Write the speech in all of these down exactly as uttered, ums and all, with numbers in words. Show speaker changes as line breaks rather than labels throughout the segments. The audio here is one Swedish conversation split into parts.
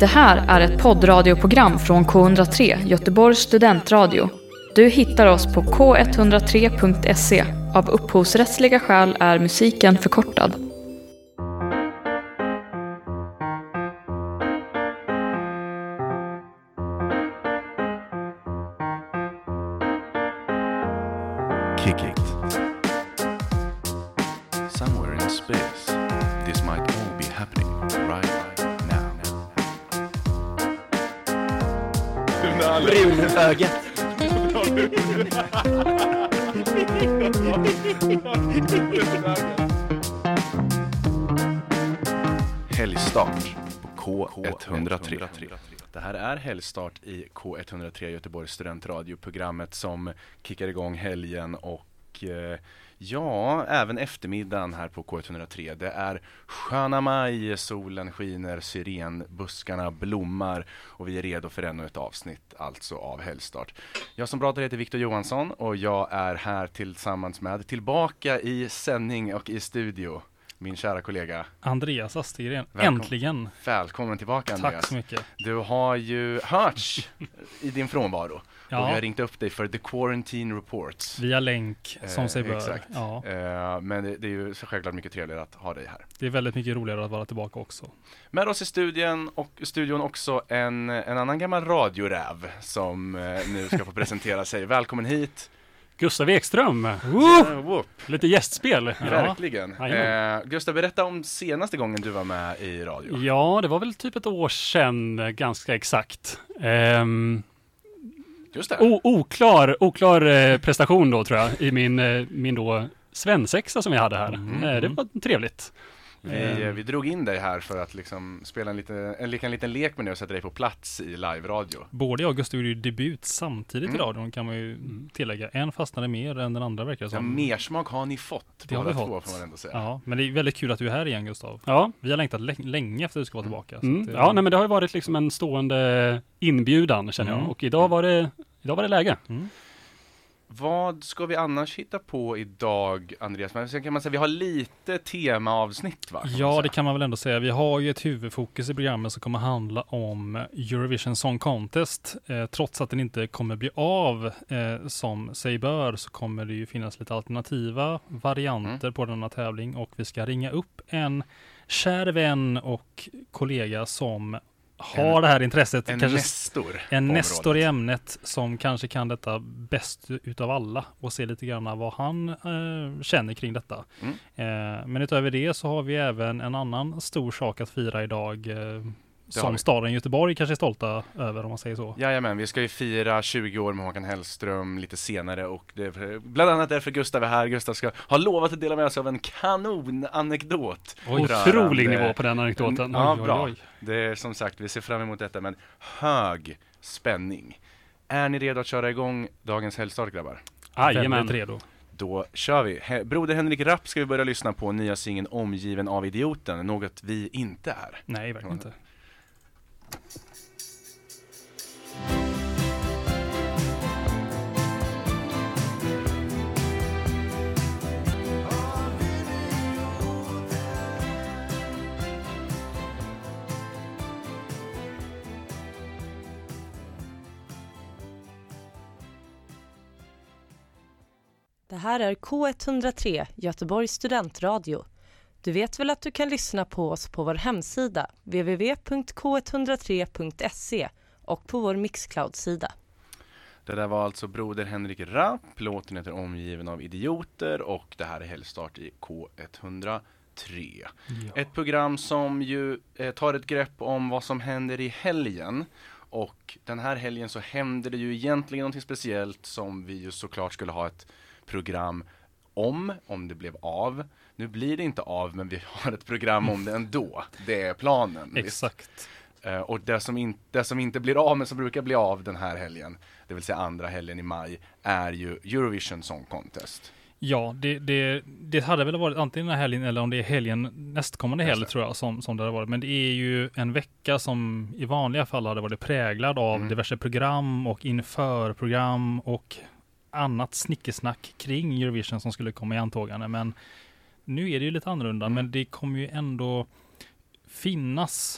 Det här är ett poddradioprogram från K ett noll tre, Göteborgs studentradio. Du hittar oss på k ett noll tre punkt se. Av upphovsrättsliga skäl är musiken förkortad.
Kick it. Somewhere in space, this might all be happening right now.
Brunögat.
Helgstart på K ett noll tre. Det här är helgstart i K ett noll tre Göteborgs studentradioprogrammet som kickar igång helgen och eh, ja, även eftermiddagen här på K ett noll tre. Det är sköna maj, solen skiner, syrenbuskarna blommar och vi är redo för ännu ett avsnitt alltså av helgstart. Jag som pratar heter Victor Johansson och jag är här tillsammans med tillbaka i sändning och i studio. Min kära kollega
Andreas Astegren,
Välkom-
äntligen.
Välkommen tillbaka, Andreas.
Tack så mycket.
Du har ju hörts i din frånvaro.
Ja.
Och vi har ringt upp dig för The Quarantine Reports.
Via länk, som
Eh,
sig bör.
Exakt.
Ja,
Eh, men det, det är ju så självklart mycket trevligare att ha dig här.
det är väldigt mycket roligare att vara tillbaka också.
Med oss i studion, och, studion också en, en annan gammal radioräv som eh, nu ska få presentera sig. Välkommen hit.
Gustav Ekström.
Eh, whoop.
Lite gästspel.
Verkligen.
Jajamän.
Eh, Gustav, berätta om senaste gången du var med i radio.
Ja, det var väl typ ett år sedan, eh, ganska exakt. Ehm,
Just det.
o- oklar oklar eh, prestation då, tror jag, i min, eh, min då svensexa som jag hade här.
Mm.
Eh, det var trevligt.
Vi, eh, vi drog in dig här för att liksom spela en, lite, en, liten, en liten lek med dig och sätta dig på plats i live-radio.
Både jag och Gustav gjorde ju debut samtidigt
Mm.
i radion, kan man ju tillägga. En fastnade mer än den andra, verkar det
Ja,
som.
mersmak har ni fått,
Det har
båda
vi
två
fått.
får man ändå säga.
Ja, men det är väldigt kul att du är här igen, Gustav.
Ja,
Vi har längtat lä- länge efter att du ska vara tillbaka. så
mm.
att, eh,
ja nej, men det har ju varit liksom en stående inbjudan, känner
Mm.
jag. Och idag var det, idag var det läge.
Mm.
Vad ska vi annars hitta på idag, Andreas? Men sen kan man säga vi har lite temaavsnitt, va? kan man
Ja,
säga.
det kan man väl ändå säga. Vi har ju ett huvudfokus i programmet som kommer handla om Eurovision Song Contest. Eh, trots att den inte kommer bli av eh, som sig bör, så kommer det ju finnas lite alternativa varianter
Mm.
på denna tävling. Och vi ska ringa upp en kär vän och kollega som har
En-
det här intresset.
En
kanske
nestor.
En
på
nestor i
området.
ämnet som kanske kan detta bäst utav alla och se lite grann vad han eh, känner kring detta.
Mm.
Eh, men utöver det så har vi även en annan stor sak att fira idag eh,
har
som
vi.
staden Göteborg kanske är stolta över, om man säger så.
Jajamän, vi ska ju fira tjugo år med Håkan Hellström lite senare och det är bland annat därför Gustav är här. Gustav ska ha lovat att dela med sig av en kanonanekdot.
Otrolig
rörande-
nivå på den anekdoten.
Ja,
Oj, oj,
bra.
oj.
Det är som sagt, vi ser fram emot detta med hög spänning. Är ni redo att köra igång dagens helgstart, grabbar?
Jajamän.
Väldigt redo.
Då kör vi. He- Broder Henrik Rapp ska vi börja lyssna på nya singeln Omgiven av idioten, något vi inte är.
Nej, verkligen inte.
Det här är K ett noll tre, Göteborgs studentradio. Du vet väl att du kan lyssna på oss på vår hemsida w w w punkt k ett noll tre punkt se och på vår Mixcloud-sida.
Det där var alltså Broder Henrik Rapp, låten heter Omgiven av idioter och det här är helgstart i K ett noll tre.
Ja.
Ett program som ju eh, tar ett grepp om vad som händer i helgen. Och den här helgen så händer det ju egentligen något speciellt som vi ju såklart skulle ha ett program om, om det blev av. Nu blir det inte av, men vi har ett program om det ändå. Det är planen. visst?
Exakt.
Eh, och det som, in, det som inte blir av, men som brukar bli av den här helgen, det vill säga andra helgen i maj, är ju Eurovision Song Contest.
Ja, det, det, det hade väl varit antingen den här helgen eller om det är helgen nästkommande helg,
Just det.
tror jag, som, som det har varit. Men det är ju en vecka som i vanliga fall hade varit präglad av
Mm.
diverse program och införprogram och annat snickesnack kring Eurovision som skulle komma i antågande. Men nu är det ju lite annorlunda,
Mm.
men det kommer ju ändå finnas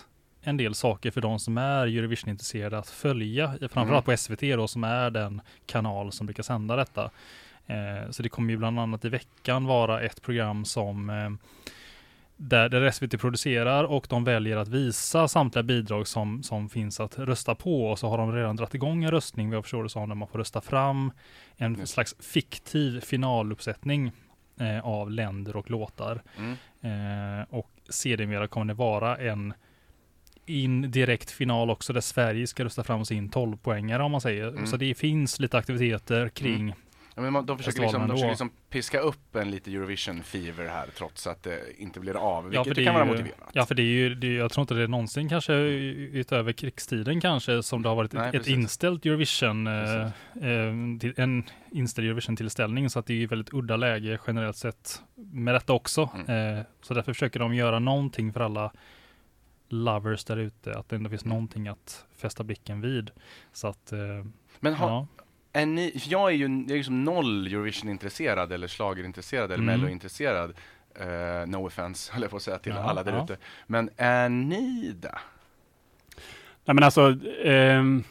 en del saker för de som är Eurovision-intresserade att följa, framförallt
Mm.
på S V T då, som är den kanal som brukar sända detta. Eh, så det kommer ju bland annat i veckan vara ett program som eh, där, där S V T producerar och de väljer att visa samtliga bidrag som, som finns att rösta på, och så har de redan dratt igång en röstning, vad jag förstår det så, när man får rösta fram en
Mm.
slags fiktiv finaluppsättning eh, av länder och låtar.
Mm.
Eh, och sedermera kommer det vara en indirekt final också där Sverige ska rösta fram sin tolv-poängare om man säger.
Mm.
Så det finns lite aktiviteter kring
Mm. Ja, men man, de försöker, liksom,
festivalen
de försöker
då.
liksom piska upp en lite Eurovision-fever här trots att det inte blir av, vilket
Ja, för det
kan
är
vara
ju,
motiverat.
ja, för det är ju, det är, jag tror inte det är någonsin kanske utöver krigstiden kanske som det har varit
Nej,
ett, ett
precis.
inställt Eurovision, eh,
Precis.
eh, till, en inställd Eurovision-tillställning, så att det är ju väldigt udda läge generellt sett med detta också.
Mm.
Eh, så därför försöker de göra någonting för alla lovers där ute, att det ändå finns någonting att fästa blicken vid. Så att, eh,
Men ha,
ja.
är ni, för jag är ju, jag är ju som noll Eurovision-intresserad eller schlagerintresserad eller
Mm.
Mello-intresserad. Uh, no offense, höll jag på att säga till
Ja,
alla där
ja.
ute. Men är ni det?
Nej, men alltså, ehm,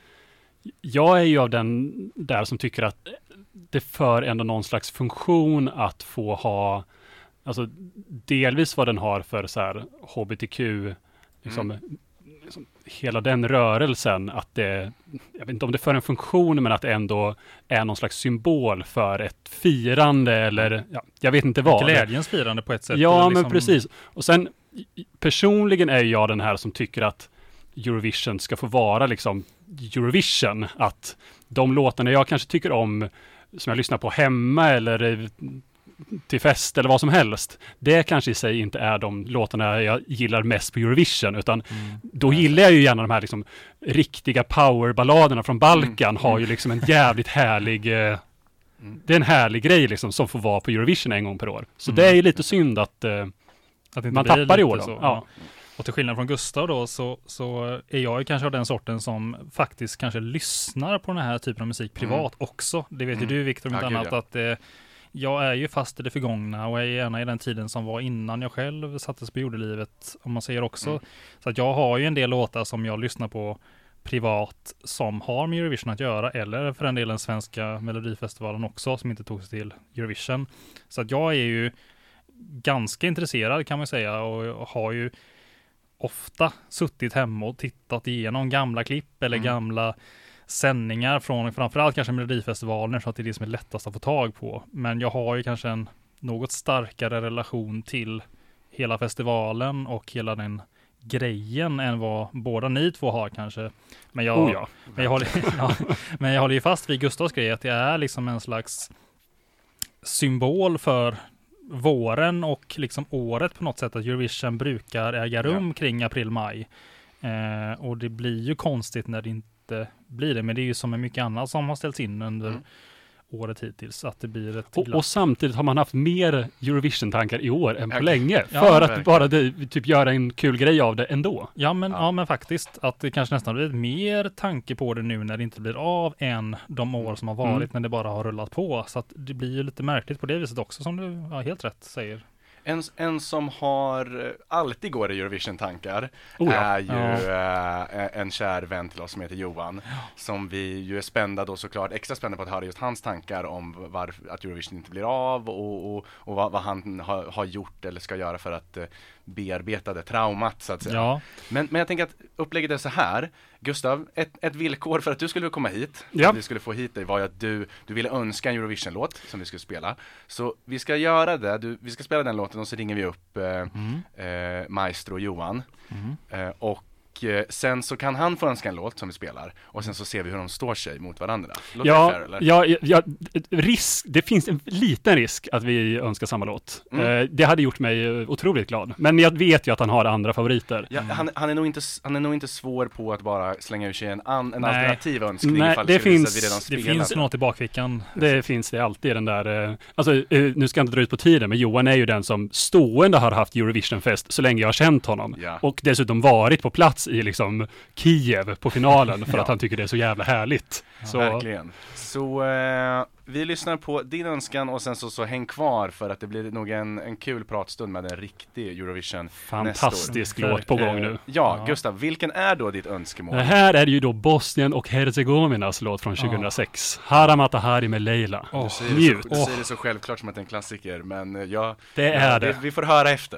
jag är ju av den där som tycker att det för ändå någon slags funktion att få ha, alltså delvis vad den har för så här H B T Q, liksom,
Mm.
liksom hela den rörelsen, att det, jag vet inte om det för en funktion, men att det ändå är någon slags symbol för ett firande eller, ja, jag vet inte vad.
Glädjens firande på ett sätt.
Ja,
eller
men
liksom-
precis. Och sen i- personligen är jag den här som tycker att Eurovision ska få vara liksom Eurovision. Att de låtarna jag kanske tycker om, som jag lyssnar på hemma eller eh, till fest eller vad som helst, det kanske i sig inte är de låtarna jag gillar mest på Eurovision, utan
Mm.
då gillar jag ju gärna de här liksom riktiga powerballaderna från Balkan.
Mm.
Har ju liksom en jävligt härlig eh,
Mm.
det är en härlig grej liksom som får vara på Eurovision en gång per år. Så
Mm.
det är ju lite synd att eh,
Att det inte
man
blir
tappar i
lite
år då.
så,
Ja.
ja. Och till skillnad från Gustav då, så, så är jag ju kanske av den sorten som faktiskt kanske lyssnar på den här typen av musik privat också. Det vet
Mm.
ju du, Victor, om
Ja,
inte
gud,
annat,
ja.
att eh, jag är ju fast i det förgångna och är gärna i den tiden som var innan jag själv sattes på jordelivet, om man säger också.
Mm.
Så att jag har ju en del låtar som jag lyssnar på privat som har med Eurovision att göra, eller för en del den svenska Melodifestivalen också, som inte tog sig till Eurovision. Så att jag är ju ganska intresserad, kan man säga, och har ju ofta suttit hemma och tittat igenom gamla klipp eller
Mm.
gamla sändningar från framförallt kanske Melodifestivalen, så att det är det som är lättast att få tag på. Men jag har ju kanske en något starkare relation till hela festivalen och hela den grejen än vad båda ni två har kanske. Men jag,
Oh ja.
men jag, håller, ja, men jag håller ju fast vid Gustavs grej, att det är liksom en slags symbol för våren och liksom året på något sätt, att Eurovision brukar äga rum kring april-maj. Eh, och det blir ju konstigt när det inte blir det, men det är ju som med mycket annat som har ställts in under
Mm.
året hittills, att det blir ett
Och, och samtidigt har man haft mer Eurovision-tankar i år än på
Ja,
länge.
ja,
för att
verkligen.
bara det, typ göra en kul grej av det ändå.
Ja men,
Ja.
ja men faktiskt, att det kanske nästan blir mer tanke på det nu när det inte blir av än de år som har varit
Mm.
när det bara har rullat på. Så att det blir ju lite märkligt på det viset också, som du ja, helt rätt säger.
En, en som har eh, alltid går i Eurovision-tankar
Oh ja.
är ju eh, en kär vän till oss som heter Johan. Som vi ju är spända då såklart, extra spända på att höra just hans tankar om varför att Eurovision inte blir av och, och, och vad, vad han har, har gjort eller ska göra för att eh, bearbeta det traumat så att säga.
Ja,
Men, men jag tänker att upplägget är så här. Gustav, ett, ett villkor för att du skulle komma hit,
Ja.
att vi skulle få hit dig, var ju att du, du ville önska en Eurovision-låt som vi skulle spela. Så vi ska göra det, du, vi ska spela den låten och så ringer vi upp eh,
mm.
eh, Maestro Johan.
Mm.
Eh, och eh, sen så kan han få önska en låt som vi spelar. Och sen så ser vi hur de står sig mot varandra. Låter det
Ja,
fair, eller?
ja, ja, risk, det finns en liten risk att vi önskar samma låt.
Mm.
Eh, det hade gjort mig eh, otroligt glad. Men jag vet ju att han har andra favoriter.
Ja, han, han, är nog inte, s- han är nog inte svår på att bara slänga ur sig en, an, en
Nej.
alternativ önskning
Nej,
ifall
det
det skulle visa
finns-
att vi redan
Det
spelat.
finns något i bakfickan.
Det finns det alltid, den där, eh, alltså eh, nu ska jag inte dra ut på tiden, men Johan är ju den som stående har haft Eurovisionfest så länge jag har känt honom.
Ja.
Och dessutom varit på plats i liksom Kiev på finalen för
Ja.
att han tycker det är så jävla härligt.
Ja,
Så,
verkligen. Så eh, vi lyssnar på din önskan och sen så, så häng kvar för att det blir nog en, en kul pratstund med en riktig Eurovision.
fantastisk
nästa år.
låt på gång nu.
Eh, ja,
Ja.
Gustav, vilken är då ditt önskemål?
Det här är ju då Bosnien och Herzegovinas låt från tjugohundrasex. Hara Matahari med Leila.
Du säger,
Njut.
det så, du säger det så självklart som att det är en klassiker, men eh, ja,
Det
ja,
är det.
Vi, vi får höra efter.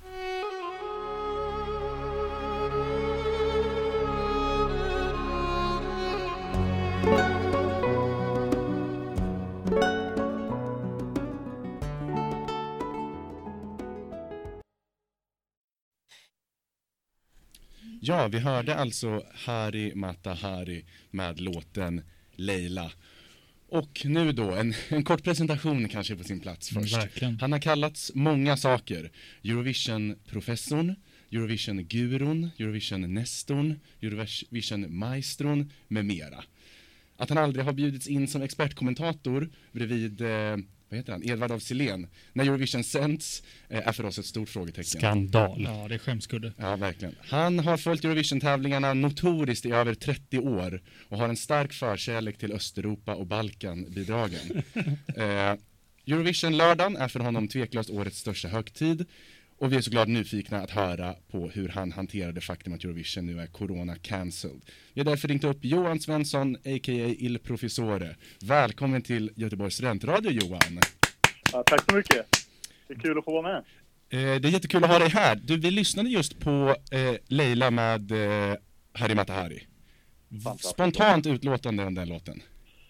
Ja, vi hörde alltså Hari Matahari med låten Leila. Och nu då, en, en kort presentation kanske på sin plats först.
Verkligen.
Han har kallats många saker. Eurovision-professorn, Eurovision-gurun, Eurovision-nestorn, Eurovision-maestron med mera. Att han aldrig har bjudits in som expertkommentator bredvid, eh, vad heter han, Edvard af Sillén när Eurovision sänds eh, är för oss ett stort frågetecken.
Skandal.
Ja, det är skämskudde.
Ja, verkligen. Han har följt Eurovision-tävlingarna notoriskt i över trettio år och har en stark förkärlek till Östeuropa och Balkan-bidragen. eh, Eurovision-lördagen är för honom tveklöst årets största högtid och vi är såklart nyfikna att höra på hur han hanterar det faktum att Eurovision nu är corona-cancelled. Vi har därför ringt upp Johan Svensson, a k a. Il Professore. Välkommen till Göteborgs studentradio, Johan.
Ja, tack så mycket. Det är kul att få vara med.
Eh, det är jättekul att ha dig här. Du, vi lyssnade just på eh, Leila med eh, Hari Matahari. Spontant utlåtande om den låten.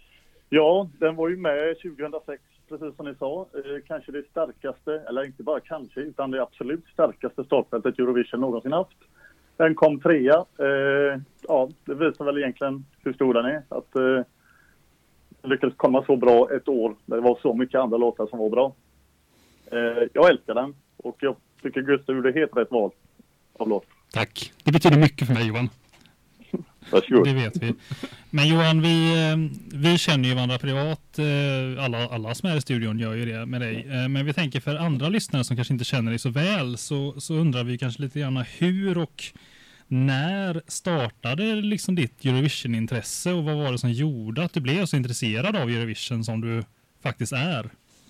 Ja, den var ju med tjugohundrasex, precis som ni sa. Eh, kanske det starkaste, eller inte bara kanske, utan det absolut starkaste startfältet Eurovision någonsin haft. Den kom trea. Eh, ja, det visar väl egentligen hur stor den är. Att eh, den lyckades komma så bra ett år. Det var så mycket andra låtar som var bra. Eh, jag älskar den. Och jag tycker Gustav gjorde helt rätt val av låt.
Tack. Det betyder mycket för mig, Johan.
Varsågod.
Det vet vi. Men Johan, vi, vi känner ju varandra privat. Alla, alla som är i studion gör ju det med dig. Men vi tänker för andra lyssnare som kanske inte känner dig så väl så, så undrar vi kanske lite grann hur och när startade liksom ditt Eurovision-intresse och vad var det som gjorde att du blev så intresserad av Eurovision som du faktiskt är?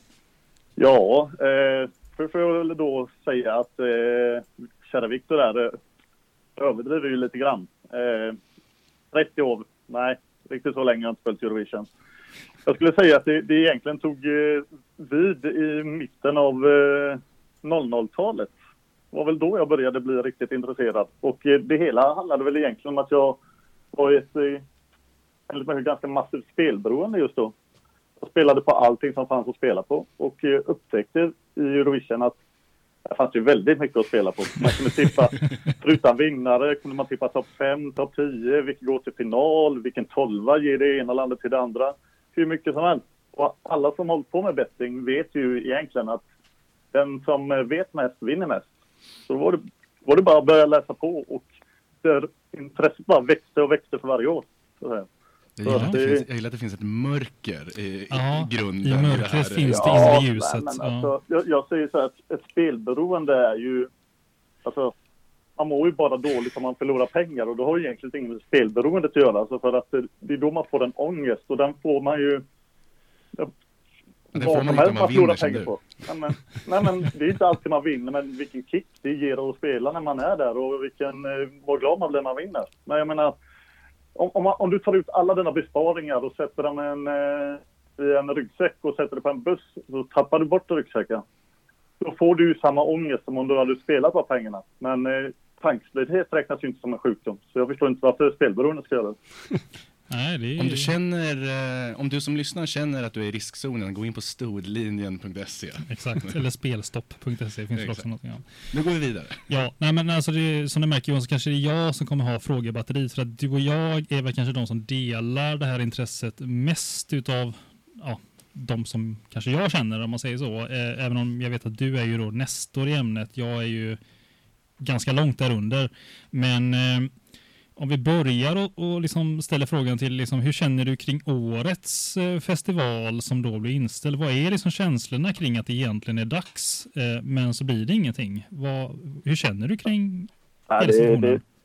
Ja, eh, för får jag väl då säga att eh, kära Victor där eh, överdriver ju lite grann. Eh, trettio år, nej, riktigt så länge har jag inte följt Eurovision. Jag skulle säga att det, det egentligen tog eh, vid i mitten av eh, noll noll-talet. Det var väl då jag började bli riktigt intresserad. Och eh, det hela handlade väl egentligen om att jag var ett eh, enligt mig ganska massivt spelberoende just då. Jag spelade på allting som fanns att spela på och eh, upptäckte i Eurovision att det fanns ju väldigt mycket att spela på. Man kunde tippa, förutom vinnare, kunde man tippa topp fem, topp tio, vilken går till final, vilken tolva ger det ena landet till det andra. Hur mycket som helst. Och alla som hållit på med betting vet ju egentligen att den som vet mest vinner mest. Så var det, var det bara att börja läsa på och där intresset bara växte och växte för varje år. Så här.
Jag gillar, att det
det-
finns, jag gillar att det finns ett mörker i,
Ja,
i grunden.
i mörkret
det här.
finns det
Ja,
inre ljuset.
nej, men
Ja.
alltså, jag, jag säger så här att ett spelberoende är ju... Alltså, man mår ju bara dåligt om man förlorar pengar och då har ju egentligen inget med spelberoendet att göra. Alltså för att det, det är då man får en ångest och den får man ju... Ja,
Det
vad
får man
som
inte om
helst
man
förlorar
vinner som
pengar
du.
på. Nej men, nej men det är inte alltid man vinner, men vilken kick det ger att spela när man är där och vilken, eh, vad glad man blir när man vinner. Men jag menar, om, om, man, om du tar ut alla dina besparingar och sätter dem en, eh, i en ryggsäck och sätter det på en buss, så tappar du bort ryggsäcken. Då får du ju samma ångest som om du hade spelat på pengarna. Men eh, tankspriddhet räknas ju inte som en sjukdom. Så jag förstår inte varför spelberoende ska göra det.
Nej, det är...
Om du känner, eh, om du som lyssnar känner att du är i riskzonen, gå in på stodlinjen punkt se.
Exakt, eller spelstopp punkt se finns det
Exakt.
också något. Ja.
Nu går vi vidare.
Ja, nej men alltså det, som du märker Johan så kanske det är jag som kommer ha frågebatteriet för att du och jag är väl kanske de som delar det här intresset mest utav ja, de som kanske jag känner om man säger så. Eh, även om jag vet att du är ju då nestor i ämnet, jag är ju ganska långt där under. Men eh, om vi börjar och, och liksom ställer frågan till liksom, hur känner du kring årets eh, festival som då blir inställd? Vad är liksom känslorna kring att det egentligen är dags eh, men så blir det ingenting? Vad, hur känner du kring
Nej,
hela
det,
situationen?
det,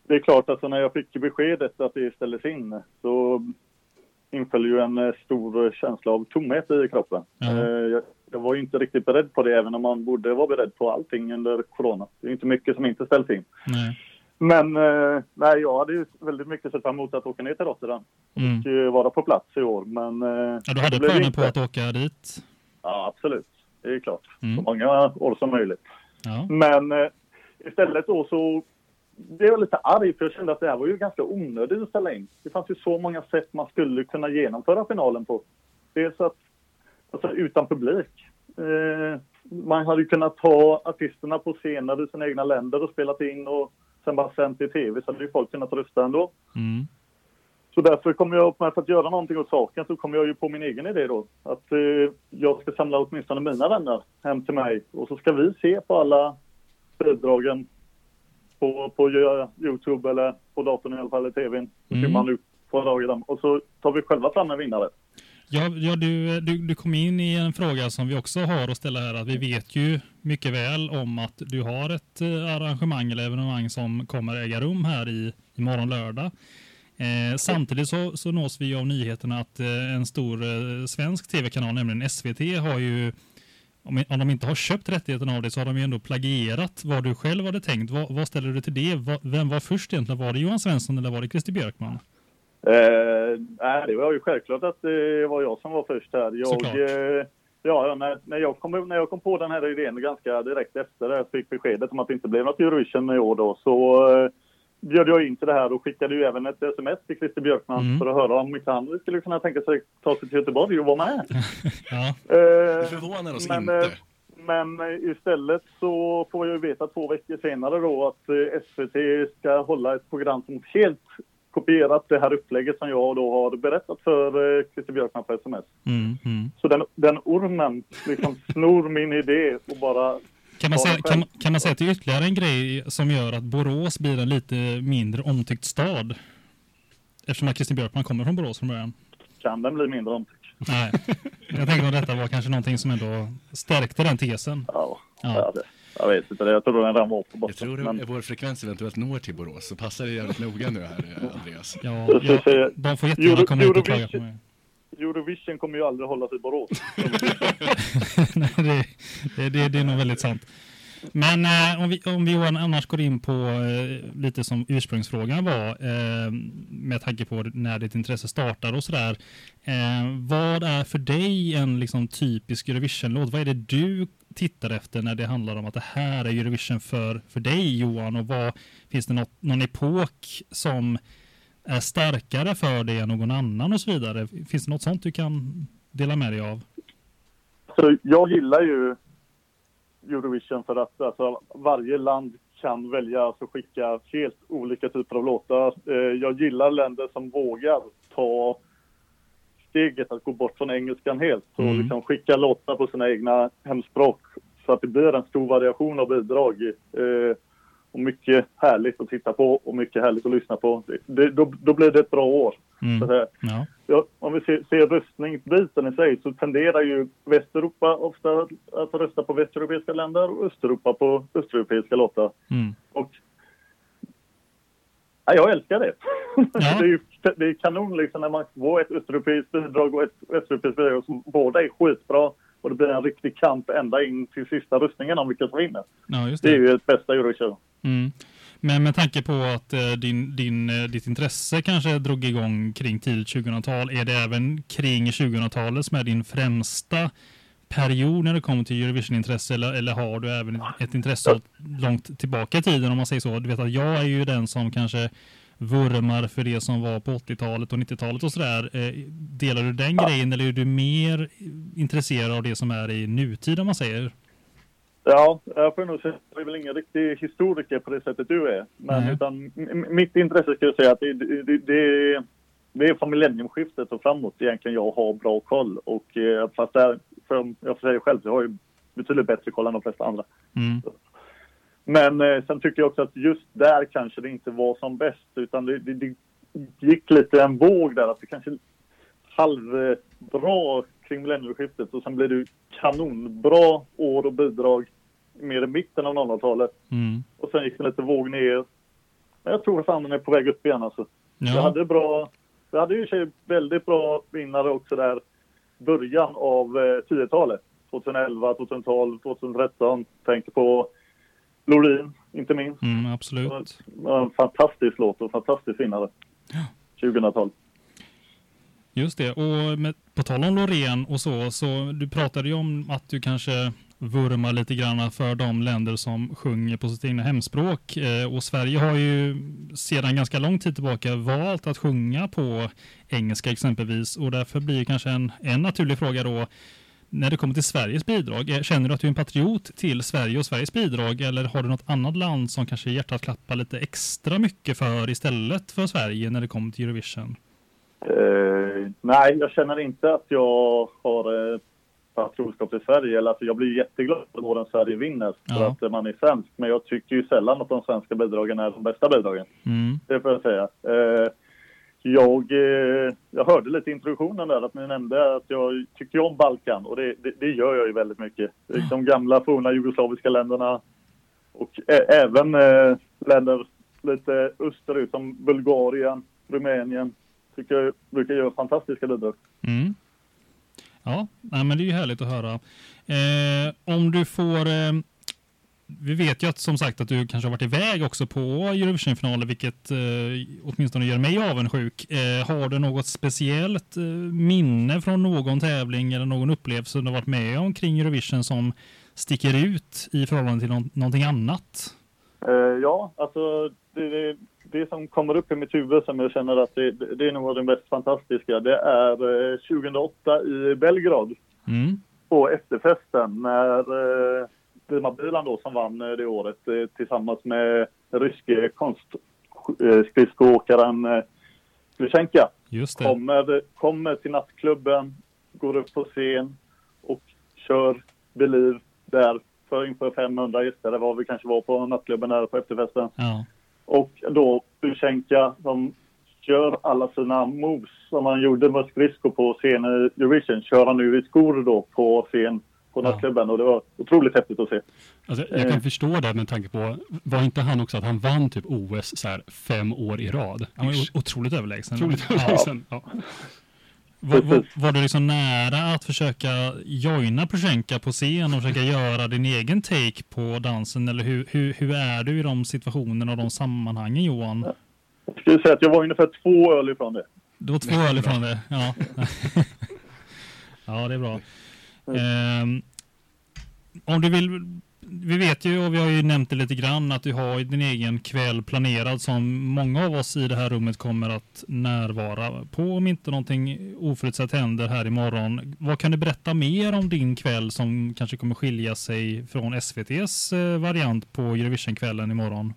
det är klart att alltså, när jag fick beskedet att det ställdes in så inföll ju en eh, stor känsla av tomhet i kroppen.
Ja.
Eh, jag, jag var ju inte riktigt beredd på det, även om man borde vara beredd på allting under corona. Det är inte mycket som inte ställs in.
Nej.
Men eh, nej, jag hade ju väldigt mycket sett fram emot att åka ner till Rotterdam
Mm.
och eh, vara på plats i år. Men, eh,
Ja, du hade
det blev
planer
inte.
på att åka dit?
Ja, absolut. Det är klart.
Mm.
Så många år som möjligt.
Ja.
Men eh, istället då så blev jag lite arg, för jag kände att det här var ju ganska onödigt att ställa in. Det fanns ju så många sätt man skulle kunna genomföra finalen på. Dels att, alltså utan publik. Eh, man hade ju kunnat ta artisterna på scener i sina egna länder och spelat in och sen bara sänt i tv, så hade ju folk kunnat rösta ändå.
Mm.
Så därför kommer jag upp med, för att göra någonting åt saken, så kommer jag ju på min egen idé då. Att eh, jag ska samla åtminstone mina vänner hem till mig. Och så ska vi se på alla bidragen på, på YouTube eller på datorn i alla fall, i tvn. Så
Mm.
ser man nu på dagen. Och så tar vi själva fram en vinnare.
Ja, ja du, du, du kom in i en fråga som vi också har att ställa här. Att vi vet ju mycket väl om att du har ett eh, arrangemang eller evenemang som kommer äga rum här i, i morgon lördag. Eh, samtidigt så, så nås vi av nyheterna att eh, en stor eh, svensk tv-kanal, nämligen S V T, har ju, om, om de inte har köpt rättigheten av det, så har de ju ändå plagierat vad du själv hade tänkt. Vad, vad ställer du till det? Va, vem var först egentligen? Var det Johan Svensson eller var det Christer Björkman?
Eh, nej, det var ju självklart att det var jag som var först här. Jag, eh, ja, när, när, jag kom, när jag kom på den här idén ganska direkt efter det, jag fick beskedet om att det inte blev något Eurovision i år då, så eh, bjöd jag in till det här och skickade ju även ett sms till Christer Björkman mm. för att höra om inte han skulle kunna tänka sig ta sig till Göteborg och vara med.
Ja.
Eh,
Det förvånar oss
men,
inte.
Eh, men eh, istället så får jag ju veta två veckor senare då att eh, S V T ska hålla ett program som helt kopierat det här upplägget som jag då har berättat för eh, Christer Björkman på sms.
Mm, mm.
Så den, den ormen liksom snor min idé och bara...
Kan man, säga, kan, kan man säga till ytterligare en grej som gör att Borås blir en lite mindre omtyckt stad? Eftersom att Christer Björkman kommer från Borås från början.
Kan den bli mindre omtyckt?
Nej, jag tänkte att detta var kanske någonting som ändå stärkte den tesen.
Ja,
Ja.
ja det, jag vet inte. Jag tror den ramar upp på botten.
Jag tror att
men...
vår frekvens eventuellt når till Borås, så passar det jävligt noga nu här, Andreas.
Ja,
Så- så- så-
ja, de får jättegärna komma ut och klaga på mig.
Eurovision kommer ju aldrig hållas i Borås.
Nej, det, det, det, det är nog väldigt sant. Men eh, om, vi, om vi annars går in på eh, lite som ursprungsfrågan var, eh, med tanke på när ditt intresse startar och sådär. Eh, vad är för dig en liksom, typisk Eurovision-låt? Vad är det du tittar efter när det handlar om att det här är Eurovision för, för dig, Johan? Och vad, finns det något, någon epok som är starkare för dig än någon annan och så vidare? Finns det något sånt du kan dela med dig av?
Så jag gillar ju Eurovision för att alltså, varje land kan välja att alltså, skicka helt olika typer av låtar. Eh, jag gillar länder som vågar ta steget att gå bort från engelskan helt och
Mm.
liksom skicka låtar på sina egna hemspråk så att det blir en stor variation av bidrag. Eh, och mycket härligt att titta på och mycket härligt att lyssna på. Det, då, då blir det ett bra år.
Mm.
Så att säga.
Ja.
Ja, om vi ser, ser röstningsbiten i sig så tenderar ju Västeuropa ofta att rösta på västeuropeiska länder och Östeuropa på östeuropeiska låtar.
Mm.
Och ja, jag älskar det.
Ja.
det, är ju, det är kanon liksom när man får ett östeuropeiskt bidrag och ett västeuropeiskt bidrag som båda är skitbra och det blir en riktig kamp ända in till sista röstningen om vilka som vinner.
Ja, just
Det
det.
är ju ett bästa Eurovision.
Mm. Men med tanke på att eh, din, din, eh, ditt intresse kanske drog igång kring tidigt tjugohundratal, är det även kring tjugohundratalet som är din främsta period när det kommer till Eurovision-intresse, eller, eller har du även ett intresse långt tillbaka i tiden, om man säger så? Du vet att jag är ju den som kanske vurmar för det som var på åttiotalet och nittiotalet och sådär. Eh, delar du den grejen eller är du mer intresserad av det som är i nutid, om man säger?
Ja, jag får nog säga att jag är väl ingen riktig historiker på det sättet du är. Men
Nej.
utan, m- mitt intresse ska jag säga att det, det, det, det, det är från millenniumskiftet och framåt egentligen jag har bra koll. Och eh, fast där, för jag får säga själv, jag har ju betydligt bättre koll än de flesta andra.
Mm.
Men eh, sen tycker jag också att just där kanske det inte var som bäst. Utan det, det, det gick lite en våg där. Att det kanske halvbra kring millenniumskiftet. Och sen blev det kanonbra år och bidrag mer i mitten av nolltalet.
Mm.
Och sen gick det lite våg ner. jag tror fan den är på väg upp igen alltså.
Ja.
Jag hade bra, jag hade ju sig väldigt bra vinnare också där början av eh, tiotalet. tjugoelva, tjugotolv, tjugotretton. Tänker på Loreen, inte minst.
Mm, absolut.
En fantastisk låt och fantastisk vinnare.
Ja.
tjugotolv.
Just det, och med, på tal om Loreen och så, så du pratade ju om att du kanske vurmar lite grann för de länder som sjunger på sitt egna hemspråk. Eh, och Sverige har ju sedan ganska lång tid tillbaka valt att sjunga på engelska exempelvis. Och därför blir kanske en, en naturlig fråga då, när det kommer till Sveriges bidrag. Känner du att du är en patriot till Sverige och Sveriges bidrag, eller har du något annat land som kanske hjärtat klappar lite extra mycket för istället för Sverige när det kommer till Eurovision?
Uh, nej, jag känner inte att jag har uh, patriotskap till Sverige. Eller, alltså, jag blir jätteglad för åren Sverige vinner för
Ja.
att man är svensk. Men jag tycker ju sällan att de svenska bidragen är de bästa bidragen.
Mm.
Det får jag säga. Uh, jag, uh, jag hörde lite i introduktionen där att ni nämnde att jag tycker om Balkan. Och det, det, det gör jag ju väldigt mycket. De gamla forna jugoslaviska länderna. Och ä- även uh, länder lite österut som Bulgarien, Rumänien. Tycker jag brukar göra fantastiska bidrag.
Mm. Ja, nej, men det är ju härligt att höra. Eh, om du får... Eh, vi vet ju att som sagt att du kanske har varit iväg också på Eurovision-finaler, vilket eh, åtminstone gör mig avundsjuk. Eh, har du något speciellt eh, minne från någon tävling eller någon upplevelse du har varit med om kring Eurovision som sticker ut i förhållande till no- någonting annat?
Uh, ja, alltså det, det, det som kommer upp i mitt huvud som jag känner att det, det är nog det mest fantastiska. Det är uh, tjugohundraåtta i Belgrad
Mm.
på efterfesten när uh, Dima Bilan då som vann uh, det året uh, tillsammans med ryske konstskridskoåkaren uh, Glushenka.
Just det.
Kommer, kommer till nattklubben, går upp på scen och kör Believe där för inför femhundra gäster. Det var vi kanske var på nattklubben där på efterfesten.
Ja.
Och då Glushenka som kör alla sina moves som han gjorde med skridskor på scen i Eurovision kör han nu i skor då på scen på
Ja.
nattklubben och det var otroligt häftigt att se.
Alltså, jag kan
Eh.
förstå det med tanke på, var inte han också att han vann typ O S så här fem år i rad?
Han var ju otroligt överlägsen.
Otroligt
Ja.
överlägsen. Ja.
Var, var, var du liksom nära att försöka joina Pochenka på scen och försöka göra din egen take på dansen? Eller hur, hur, hur är du i de situationerna och de sammanhangen, Johan?
Jag skulle säga att jag var ungefär två öl ifrån det.
Du var två öl ifrån det, ja. Ja, det är bra. Um, om du vill... Vi vet ju, och vi har ju nämnt det lite grann, att du har din egen kväll planerad som många av oss i det här rummet kommer att närvara på om inte någonting oförutsett händer här imorgon. Vad kan du berätta mer om din kväll som kanske kommer skilja sig från S V T:s variant på Eurovision-kvällen imorgon?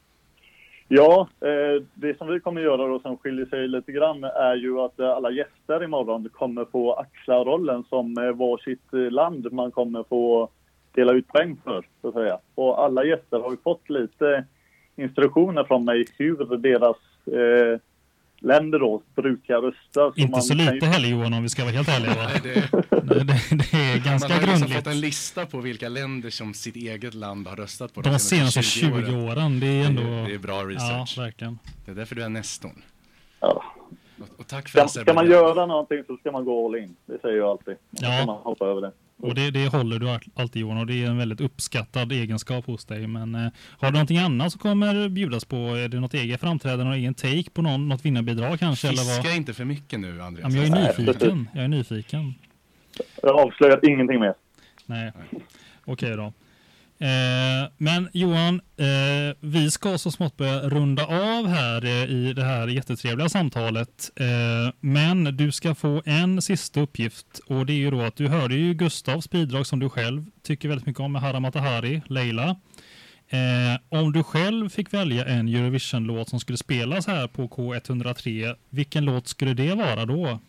Ja, eh, det som vi kommer göra då som skiljer sig lite grann är ju att eh, alla gäster imorgon kommer få axla rollen som eh, varsitt eh, land man kommer få dela ut poäng för, så att säga. Och alla gäster har ju fått lite instruktioner från mig hur deras eh, länder då brukar rösta.
Inte
man
så lite
ju...
heller, Johan, om vi ska vara helt ärliga. Va?
Nej, det,
Det, det, det är ganska
man har liksom
grundligt.
fått en lista på vilka länder som sitt eget land har röstat på
De senaste tjugo åren, det är ändå...
Det är, det är bra research.
Ja, verkligen.
Det är därför du är nestorn.
Ja.
Och, och tack för
Ska,
Azerbaijan.
ska man göra någonting så ska man gå all in. Det säger jag alltid. Då
Ja.
ska man hoppa över det.
Och det, det håller du alltid, Johan, och det är en väldigt uppskattad egenskap hos dig. Men eh, har du någonting annat som kommer bjudas på? Är det något eget framträdande, någon egen take på någon, något vinnarbidrag kanske? Eller
Fiska
vad?
inte för mycket nu,
Ja,
Andreas.
men jag är
Nej,
nyfiken. Jag är nyfiken.
Jag avslöjar ingenting mer.
Nej, okej då. Eh, men Johan, eh, vi ska så smått börja runda av här eh, i det här jättetrevliga samtalet. Eh, men du ska få en sista uppgift, och det är ju då att du hörde ju Gustavs bidrag som du själv tycker väldigt mycket om med Hara Matahari, Leila. Eh, om du själv fick välja en Eurovision-låt som skulle spelas här på K ett noll tre, vilken låt skulle det vara då?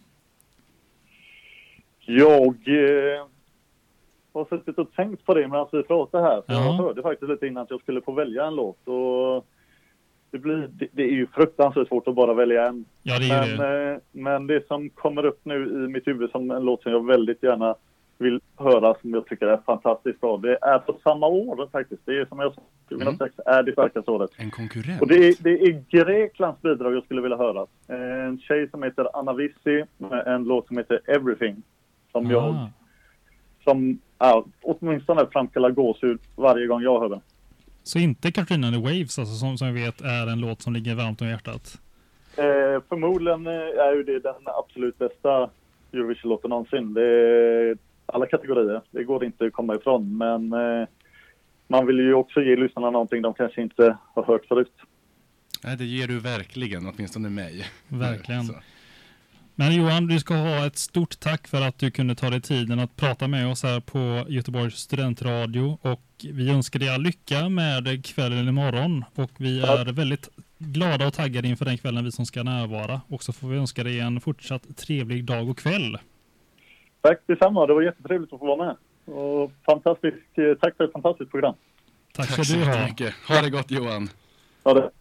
Jag eh, har suttit och tänkt på det medan vi pratar här. För
Ja.
Jag hörde faktiskt lite innan att jag skulle få välja en låt. Och det, blir, det, det är ju fruktansvärt svårt att bara välja en.
Ja, det är ju
Men,
det.
eh, men det som kommer upp nu i mitt huvud som en låt som jag väldigt gärna vill höra som jag tycker är fantastiskt bra. Det är på samma år faktiskt. Det är som jag sa, tjugohundrasex mm. är det starkaste året.
En konkurrent.
Och det är, det är Greklands bidrag jag skulle vilja höra. En tjej som heter Anna Vissi med en låt som heter Everything. Som ah. jag, som ja, åtminstone framkallar gåshud varje gång jag hör den.
Så inte Katrina and the Waves, alltså, som, som jag vet är en låt som ligger varmt om hjärtat?
Eh, förmodligen är ju det den absolut bästa Eurovision-låten någonsin. Det är alla kategorier. Det går inte att komma ifrån. Men eh, man vill ju också ge lyssnarna någonting de kanske inte har hört förut.
Nej, det ger du verkligen, åtminstone mig.
Verkligen. Så. Men Johan, du ska ha ett stort tack för att du kunde ta dig tiden att prata med oss här på Göteborgs studentradio. Och vi önskar dig all lycka med kvällen imorgon. Och vi är ja. väldigt glada och taggade inför den kvällen vi som ska närvara. Och så får vi önska dig en fortsatt trevlig dag och kväll.
Tack detsamma, det var jättetrevligt att få vara med. Och fantastisk, tack för ett fantastiskt program.
Tack, tack så du ha.
Mycket. Ha det gott Johan.
Ha det.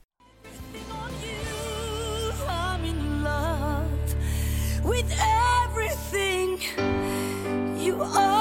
With everything you are.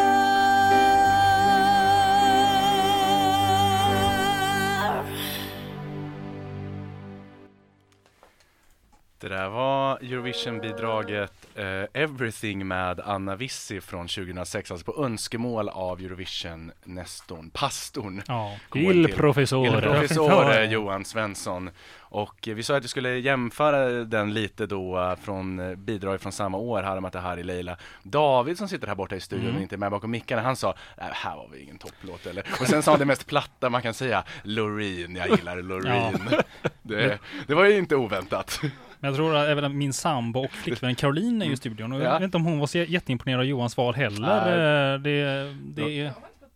Det där var Eurovision-bidraget uh, Everything med Anna Vissi från tjugohundrasex, alltså på önskemål av Eurovision-nestorn, pastorn.
Ja, Il-professore.
Il-professore Johan Svensson. Och vi sa att vi skulle jämföra den lite då från bidrag från samma år, Hara Matahari Leila. David som sitter här borta i studion mm. och inte är med bakom mickarna, han sa, nej, här var vi ingen topplåt eller. Och sen sa han det mest platta man kan säga, Loreen, jag gillar Loreen. Ja. det, det var ju inte oväntat.
Men jag tror att även min sambo och flickvän Caroline är ju i studion. Och jag ja. vet inte om hon var så jätteimponerad av Johans val heller. Nej. Det, det är...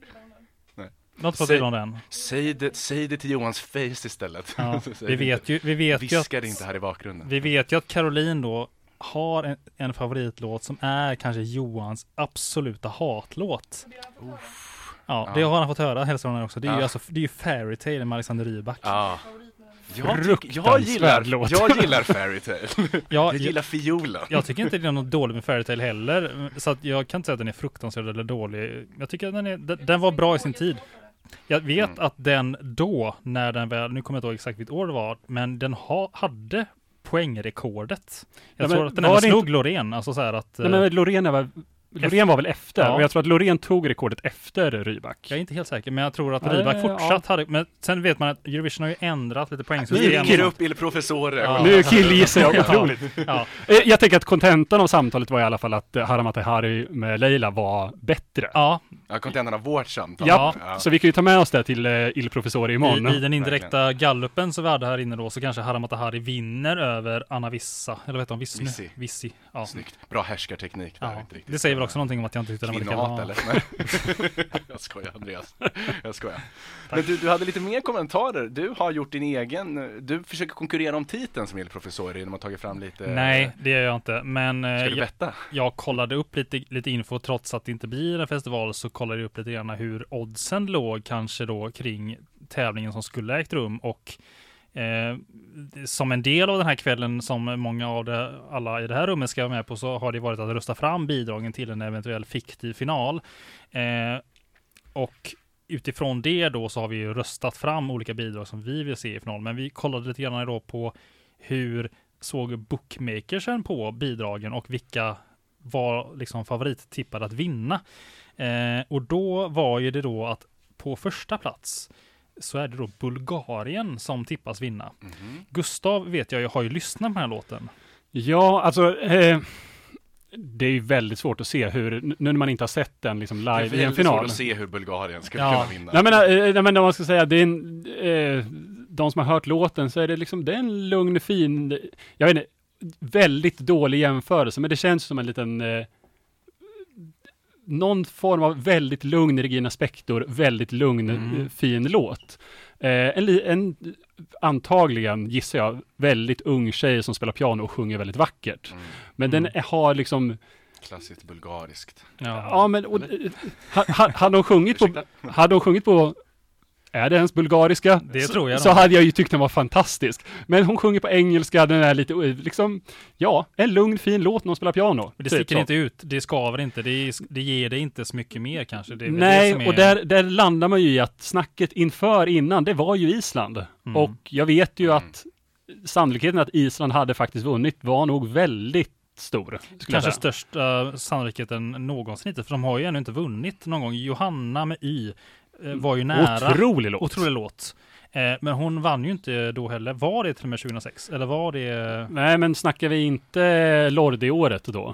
Något på säg, den.
Säg, det, säg det till Johans face istället.
Ja, vi vet ju, vi vet
Viskar
ju att,
inte här i bakgrunden.
Vi vet ju att Caroline då har en, en favoritlåt som är kanske Johans absoluta hatlåt. Uff. Ja, det ja. har han fått höra hälsan också. Det är ja. ju alltså, det är ju Fairy Tale med Alexander Rybak.
Ja. Jag, jag, gillar, jag gillar Fairy Tale. Ja, jag gillar fiolen.
Jag tycker inte det är något dåligt med Fairy Tale heller. Så att jag kan inte säga att den är fruktansvärd eller dålig. Jag tycker att den, är, den, den var bra i sin tid. Jag vet mm. att den då, när den väl, nu kommer jag inte ihåg exakt vilket år det var, men den ha, hade poängrekordet. Jag ja, tror att den ändå slog inte... Loreen. Alltså så här att,
nej, men Loreen var... Loreen var väl efter, ja. och jag tror att Loreen tog rekordet efter Rybak.
Jag är inte helt säker, men jag tror att ja, Rybak fortsatt ja. hade, men sen vet man att Eurovision har ju ändrat lite poängsystem.
Nu rycker upp il-professore.
Ja. Nu killgissar jag otroligt. Ja. Jag tänker att kontentan av samtalet var i alla fall att Hara Matahari med Leila var bättre.
Ja.
Ja, kontentan av vårt samtal.
Ja. ja, så vi kan ju ta med oss det till uh, il-professore imorgon.
I, I den indirekta gallupen så värde här inne då så kanske Hara Matahari vinner över Anna Vissa, eller vet du om Vissi?
Vissi.
Vissi. Ja.
Snyggt. Bra härskarteknik där.
Ja. Inte det säger väl också någonting om att jag inte tyckte
kvinnohat eller? Nej. Jag skojar Andreas. Jag skojar. Men du, du hade lite mer kommentarer. Du har gjort din egen, du försöker konkurrera om titeln som il-professor genom att ta fram lite.
Nej, det gör jag inte. Men
ska du betta?
Jag, jag kollade upp lite, lite info trots att det inte blir en festival, så kollade jag upp lite grann hur oddsen låg kanske då kring tävlingen som skulle ägt rum, och Eh, som en del av den här kvällen som många av det, alla i det här rummet ska vara med på, så har det varit att rösta fram bidragen till en eventuell fiktiv final. Eh, och utifrån det då så har vi ju röstat fram olika bidrag som vi vill se i final. Men vi kollade lite grann då på hur såg bookmakersen på bidragen och vilka var liksom favorittippade att vinna. Eh, och då var ju det då att på första plats så är det då Bulgarien som tippas vinna. Mm-hmm. Gustav vet jag, jag har ju lyssnat på den här låten.
Ja, alltså eh, det är ju väldigt svårt att se hur, nu när man inte har sett den liksom live i en final. Det är svårt
att se hur Bulgarien ska
ja.
kunna vinna.
Nej men, nej, men om man ska säga, det är en, eh, de som har hört låten, så är det liksom, det är en lugn, fin, jag vet inte, väldigt dålig jämförelse, men det känns som en liten eh, någon form av väldigt lugn Regina Spektor, väldigt lugn, mm. fin låt. Eh, en, en antagligen, gissar jag, väldigt ung tjej som spelar piano och sjunger väldigt vackert. Mm. Men mm. den har liksom...
klassiskt bulgariskt.
Ja, ja men och, ha, ha, hade hon sjungit på... hade hon sjungit på är det ens bulgariska?
Det
så,
tror jag
Så
nog.
hade jag ju tyckt den var fantastisk. Men hon sjunger på engelska, den är lite, liksom, ja, en lugn, fin låt när hon spelar piano.
Det
typ
sticker
så.
inte ut, det skaver inte, det, är, det ger det inte så mycket mer kanske. Det är väl
Nej,
det som är...
och där, där landar man ju i att snacket inför innan, det var ju Island.
Mm.
Och jag vet ju
Mm.
att sannolikheten att Island hade faktiskt vunnit var nog väldigt stor. skulle jag
Kanske
säga.
största sannolikheten någonsin inte, för de har ju ännu inte vunnit någon gång. Johanna med Y eh, var ju nära.
Otrolig låt.
Otrolig låt. Eh, men hon vann ju inte då heller. Var det till och med tjugohundrasex? Eller var det...
Nej, men snackar vi inte Lorde-året då?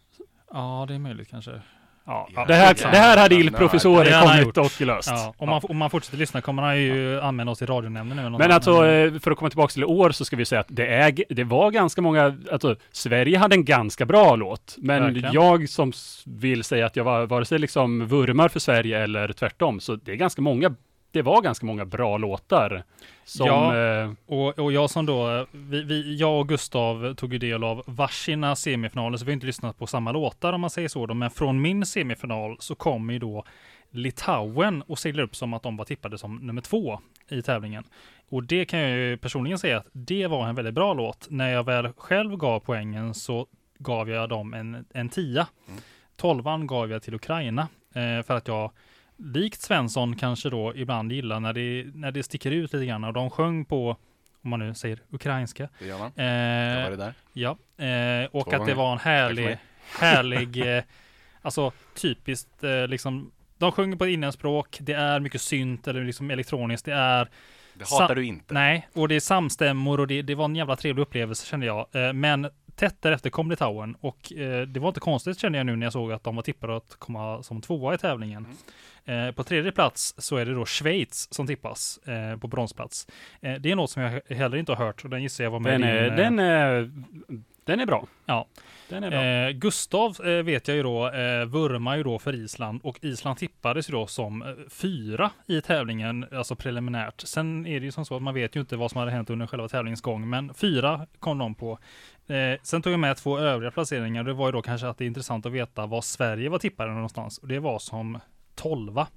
Ja, det är möjligt kanske.
Ja,
Ja,
det, här,
ja.
det här hade
Ja,
illprofessorer
det hade han
kommit och löst.
Ja, om, man, om man fortsätter lyssna kommer han ju använda oss i radionämnden nu. eller något
Men
annat.
alltså, eh, för att komma tillbaka till i år så ska vi säga att det, är, det var ganska många, alltså Sverige hade en ganska bra låt, men
Verkligen.
jag som s- vill säga att jag var vare sig liksom vurmar för Sverige eller tvärtom, så det är ganska många, det var ganska många bra låtar som...
Ja.
Eh,
Och, och jag som då, vi, vi, jag och Gustav tog ju del av varsina semifinaler, så vi har inte lyssnat på samma låtar om man säger så då, men från min semifinal så kom ju då Litauen och seglar upp som att de var tippade som nummer två i tävlingen. Och det kan jag ju personligen säga att det var en väldigt bra låt. När jag väl själv gav poängen så gav jag dem en, en tia.
Mm.
Tolvan gav jag till Ukraina eh, för att jag likt Svensson kanske då ibland gillar när det, när det sticker ut lite grann. Och de sjöng på, om man nu säger ukrainska.
Det gör man.
Eh,
Jag var det där.
Ja, eh, och
Två
att det
gånger.
var en
Tack för
härlig,
mig.
härlig, eh, alltså typiskt eh, liksom, de sjunger på ett inlandsspråk, det är mycket synt eller liksom elektroniskt, det är
Det hatar
Sa-
du inte.
nej, och det är samstämmor och det, det var en jävla trevlig upplevelse kände jag, eh, men tätt därefter kom Litauen och eh, det var inte konstigt kände jag nu när jag såg att de var tippade att komma som tvåa i tävlingen. Eh, på tredje plats så är det då Schweiz som tippas eh, på bronsplats. Eh, det är något som jag heller inte har hört och den gissar jag var med
den,
i
är,
din, eh,
den, är, den är bra.
Ja.
Den är bra.
Eh, Gustav eh, vet jag ju då, eh, vurmar ju då för Island och Island tippades ju då som eh, fyra i tävlingen, alltså preliminärt. Sen är det ju som så att man vet ju inte vad som hade hänt under själva tävlingens gång, men fyra kom de på. Eh, sen tog jag med två övriga placeringar. Det var ju då kanske att det är intressant att veta vad Sverige var tippade någonstans. Och det var som tolva.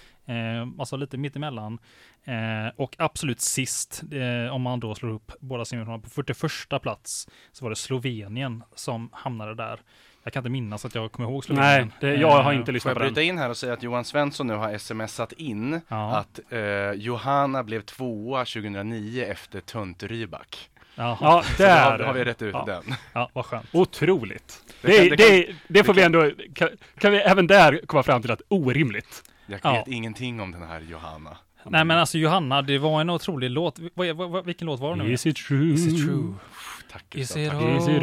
Eh, alltså lite mittemellan. Eh, och absolut sist, eh, om man då slår upp båda semifinalerna på fyrtioförsta plats, så var det Slovenien som hamnade där. Jag kan inte minnas att jag kommer ihåg
Nej,
Slovenien.
det, jag har
Eh,
inte
Får
lyssnat
jag
på den.
bryta in här och säga att Johan Svensson nu har smsat in
Ja.
att eh, Johanna blev tvåa tjugohundranio efter Tunt Rybak.
Jaha.
Ja,
Så där har,
där
har vi rätt ut
ja.
den.
Ja, vad skönt.
Otroligt.
Det
Det,
kan-
det,
det
det,
kan-
det får
det
vi
kan-
ändå, kan, kan vi även där komma fram till att orimligt.
Jag
Ja.
vet ingenting om den här Johanna.
Nej men alltså Johanna, det var en otrolig låt. Vad, vad, vad, vilken låt var det nu?
Is it true?
Is it true?
Tack
Is
Gustav,
it
tack.
Is it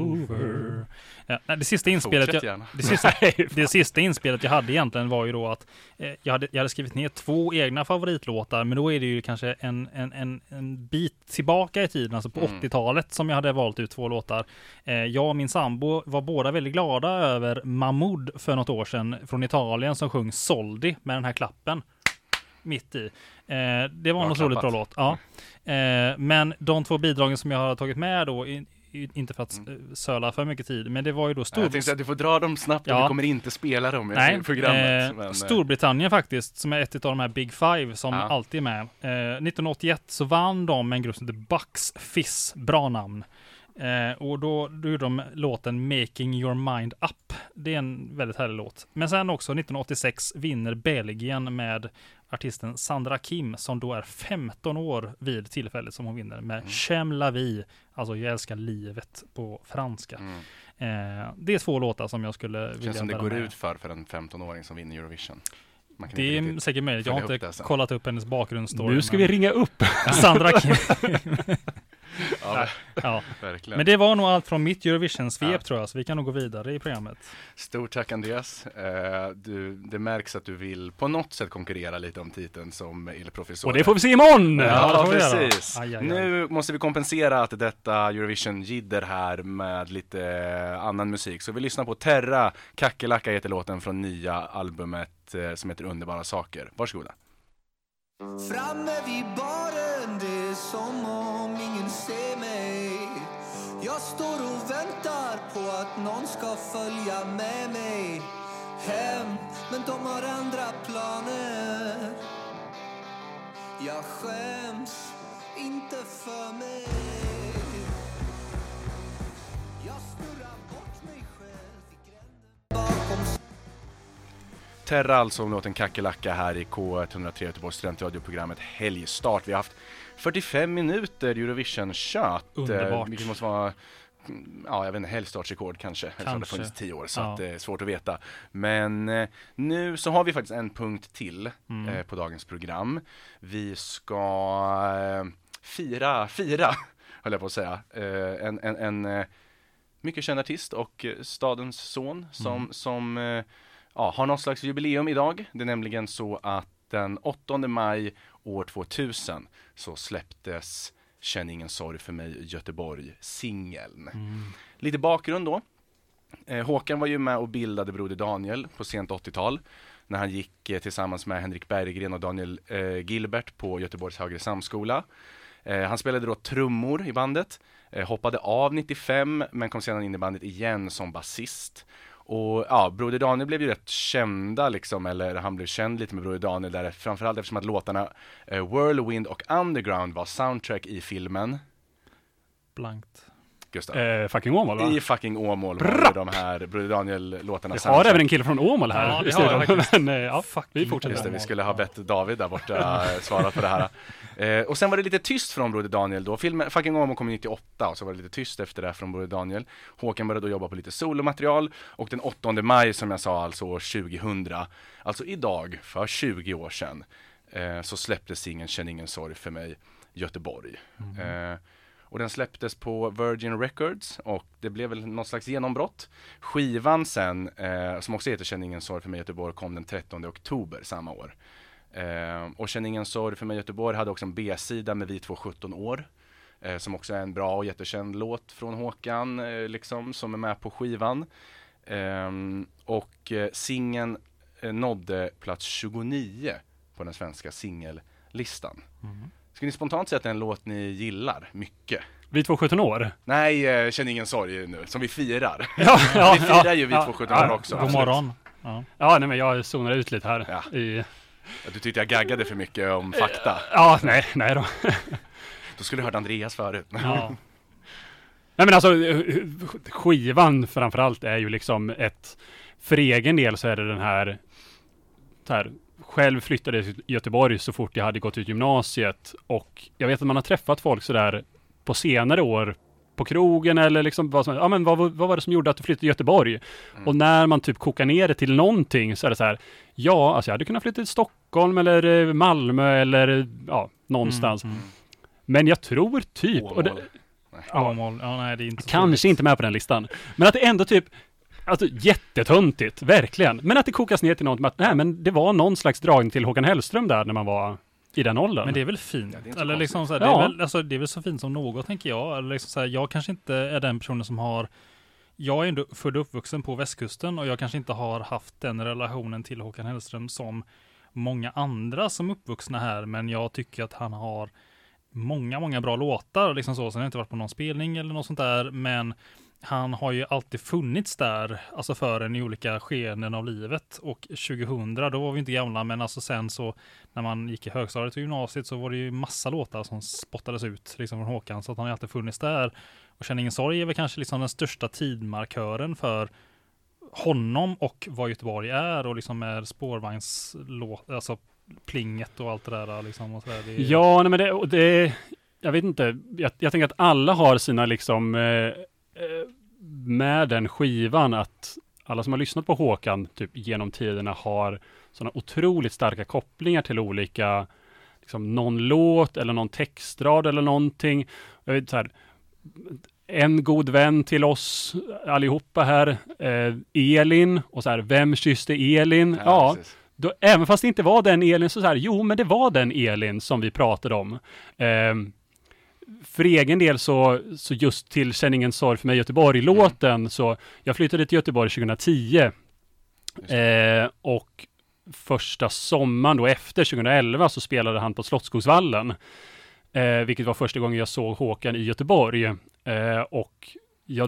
over? Ja, nej, det sista inspelet
Fortsätt
jag,
gärna.
det, sista,
Nej,
det sista inspelet jag hade egentligen var ju då att eh, jag, hade, jag hade skrivit ner två egna favoritlåtar, men då är det ju kanske en, en, en, en bit tillbaka i tiden, alltså på
Mm.
åttiotalet som jag hade valt ut två låtar. Eh, jag och min sambo var båda väldigt glada över Mahmood för något år sedan från Italien som sjöng Soldi med den här klappen mitt i. Eh, det var en
Bra
otroligt bra
klappat.
låt. Ja. Eh, men de två bidragen som jag har tagit med då, i, i, inte för att
Mm.
eh, söla för mycket tid, men det var ju då
Jag
stor...
tänkte att du får dra dem snabbt och
Ja.
vi kommer inte spela dem i
Nej,
programmet.
eh,
men, eh,
Storbritannien faktiskt, som är ett av de här Big Five som
Ja.
alltid är med. Eh, nittonhundraåttioett så vann de med en grupp som heter Bucks Fizz, bra namn. Eh, och då, då gjorde de låten Making Your Mind Up. Det är en väldigt härlig låt. Men sen också nittonhundraåttiosex vinner Belgien med artisten Sandra Kim som då är femton år vid tillfället som hon vinner med
Mm.
J'aime la vie, alltså jag älskar livet på franska.
mm.
Eh, det är två låtar som jag skulle
Det
vilja
känns som det
bära
går
med.
ut för för en femton-åring som vinner Eurovision. Man kan
Det
inte
är
riktigt
säkert möjligt. Jag har
följa
inte
upp det sen.
kollat upp hennes bakgrundsstory.
Nu ska
men-
vi ringa upp.
Sandra Kim.
Ja,
Ja.
verkligen.
Men det var nog allt från mitt Eurovision-svep
Ja.
tror jag, så vi kan nog gå vidare i programmet.
Stort tack Andreas. Eh, du, det märks att du vill på något sätt konkurrera lite om titeln som illprofessor.
Och det får vi se imorgon!
Ja,
Ja,
det får vi göra.
precis.
Aj, aj, aj.
Nu måste vi kompensera att detta Eurovision-jidder här med lite annan musik. Så vi lyssnar på Terra, Kackerlacka heter låten från nya albumet eh, som heter Underbara saker. Varsågoda.
Framme vid baren, det är som om ingen ser mig. Jag står och väntar på att någon ska följa med mig hem, men de har andra planer. Jag skäms inte för mig. Jag snurrar bort mig själv i gränden bakom.
Terra alltså om låten Kackerlacka här i K ett noll tre Göteborgs studentradioprogrammet Helgstart. Vi har haft fyrtiofem minuter Eurovision-kött.
Underbart.
Vilket måste vara, ja jag vet inte, helgstartsrekord kanske. kanske. Det har funnits tio år så
Ja.
att det är svårt att veta. Men eh, nu så har vi faktiskt en punkt till
Mm.
eh, på dagens program. Vi ska eh, fira, fira höll jag på att säga. Eh, en en, en eh, mycket känd artist och eh, stadens son som,
Mm.
som eh, ja, har något slags jubileum idag. Det är nämligen så att den åttonde maj år tvåtusen så släpptes Känn ingen sorg för mig Göteborg singeln.
Mm.
Lite bakgrund då. Eh, Håkan var ju med och bildade Broder Daniel på sent åttiotal när han gick eh, tillsammans med Henrik Berggren och Daniel eh, Gilbert på Göteborgs högre samskola. Eh, han spelade då trummor i bandet, eh, hoppade av nittiofem men kom sedan in i bandet igen som basist. Och ja, Broder Daniel blev ju rätt kända liksom, eller han blev känd lite med Broder Daniel där, framförallt eftersom att låtarna eh, Whirlwind och Underground var soundtrack i filmen.
Blankt.
Gustav.
Eh, fucking Åmål, va?
I fucking Åmål var de här Broder Daniel-låtarna.
Vi har även en kille från Åmål här.
Ja,
i
det har jag
studion.
faktiskt.
Men, eh, ja, vi fortsätter.
Just det, vi skulle ha bett David där borta svara på det här. Eh, och sen var det lite tyst från Broder Daniel då. Filmen Fucking Åmål kom nittioåtta och så var det lite tyst efter det från Broder Daniel. Håkan började då jobba på lite solomaterial och den åttonde maj som jag sa, alltså år tjugohundra, alltså idag för tjugo år sedan, eh, så släpptes singeln Känn ingen sorg för mig Göteborg. Mm. Eh, Och den släpptes på Virgin Records och det blev väl någon slags genombrott. Skivan sen, eh, som också heter Känn ingen sorg för mig Göteborg, kom den trettonde oktober samma år. Eh, och Känn ingen sorg för mig Göteborg hade också en B-sida med Vi två sjutton år. Eh, som också är en bra och jättekänd låt från Håkan, eh, liksom, som är med på skivan. Eh, och eh, singeln eh, nådde plats tjugonio på den svenska singellistan. Mm. Ska ni spontant säga att det är en låt ni gillar mycket?
Vi två sjutton år?
Nej, eh, Känn ingen sorg nu, som vi firar.
Ja, ja,
vi firar
ja,
ju Vi
ja,
två sjutton
ja,
år också.
God morgon. Ja.
Ja, nej, men jag zonar ut lite här.
Ja.
I...
Ja, du tyckte jag gaggade för mycket om fakta.
Ja, nej, nej då.
Då skulle du hört Andreas förut.
Ja. Nej men alltså, skivan framförallt är ju liksom ett, för egen del så är det den här, så här själv flyttade till Göteborg så fort jag hade gått ut gymnasiet och jag vet att man har träffat folk så där på senare år på krogen eller liksom vad som, ja men vad, vad var det som gjorde att du flyttade till Göteborg? Mm. Och när man typ kokar ner det till någonting så är det så här, ja alltså jag hade kunnat flytta till Stockholm eller Malmö eller ja, någonstans. Mm, mm. Men jag tror typ
Åmål.
och det,
ja, Åmål. Ja, nej, det är inte
kanske inte med på den listan. Men att det ändå typ alltså jättetöntigt, verkligen. Men att det kokas ner till något med att nej, men det var någon slags dragning till Håkan Hellström där när man var i den åldern.
Men det är väl fint. Ja,
är
eller liksom så här,
ja.
det, är väl, alltså, det är väl så fint som något, tänker jag. Eller liksom så här, jag kanske inte är den personen som har... Jag är ändå född och uppvuxen på västkusten och jag kanske inte har haft den relationen till Håkan Hellström som många andra som uppvuxna här. Men jag tycker att han har många, många bra låtar. Liksom så. Sen har jag inte varit på någon spelning eller något sånt där. Men han har ju alltid funnits där, alltså för en i olika skeenden av livet. Och tjugohundra, då var vi inte gamla, men alltså sen så när man gick i högstadiet och gymnasiet så var det ju massa låtar som spottades ut liksom från Håkan, så att han har alltid funnits där. Och Känn ingen sorg är väl kanske liksom den största tidmarkören för honom och vad Göteborg är och liksom är spårvagnslåt, alltså plinget och allt det där liksom och så där. Det är...
Ja, nej, men det, det jag vet inte, jag, jag tänker att alla har sina liksom eh, med den skivan, att alla som har lyssnat på Håkan typ genom tiderna har sådana otroligt starka kopplingar till olika liksom någon låt eller någon textrad eller någonting. Jag vet så här, en god vän till oss allihopa här, eh, Elin, och så här, vem kysste Elin? Ja, ja då, även fast det inte var den Elin så, så här, jo men det var den Elin som vi pratade om. Eh, För egen del så, så just till Känn ingen sorg för mig Göteborg-låten, mm. så jag flyttade till Göteborg tjugohundratio eh, och första sommaren då efter tjugohundraelva så spelade han på Slottsskogsvallen, eh, vilket var första gången jag såg Håkan i Göteborg, eh, och jag då